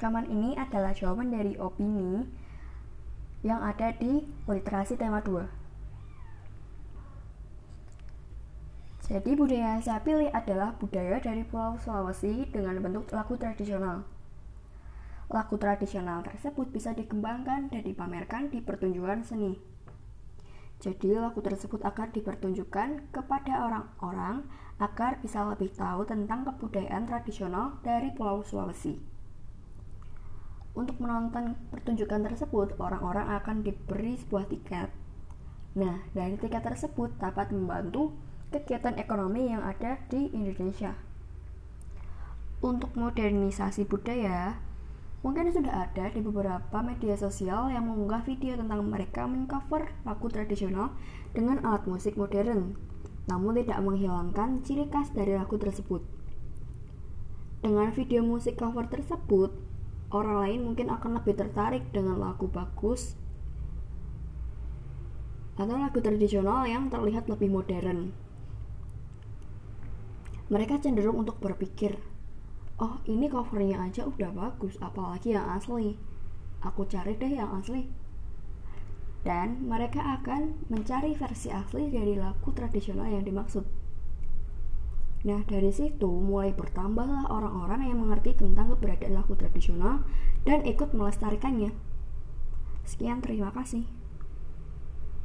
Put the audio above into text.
Rekaman ini adalah jawaban dari opini yang ada di literasi tema 2. Jadi budaya yang saya pilih adalah budaya dari Pulau Sulawesi dengan bentuk lagu tradisional. Lagu tradisional tersebut bisa dikembangkan dan dipamerkan di pertunjukan seni. Jadi lagu tersebut akan dipertunjukkan kepada orang-orang agar bisa lebih tahu tentang kebudayaan tradisional dari Pulau Sulawesi. Untuk menonton pertunjukan tersebut, orang-orang akan diberi sebuah tiket. Nah, dari tiket tersebut dapat membantu kegiatan ekonomi yang ada di Indonesia. Untuk modernisasi budaya, mungkin sudah ada di beberapa media sosial yang mengunggah video tentang mereka mengcover lagu tradisional dengan alat musik modern, namun tidak menghilangkan ciri khas dari lagu tersebut. Dengan video musik cover tersebut, orang lain mungkin akan lebih tertarik dengan lagu bagus atau lagu tradisional yang terlihat lebih modern. Mereka cenderung untuk berpikir, oh ini covernya aja udah bagus, apalagi yang asli. Aku cari deh yang asli. Dan mereka akan mencari versi asli dari lagu tradisional yang dimaksud. Nah, dari situ mulai bertambahlah orang-orang yang mengerti tentang keberadaan lagu tradisional dan ikut melestarikannya. Sekian, terima kasih.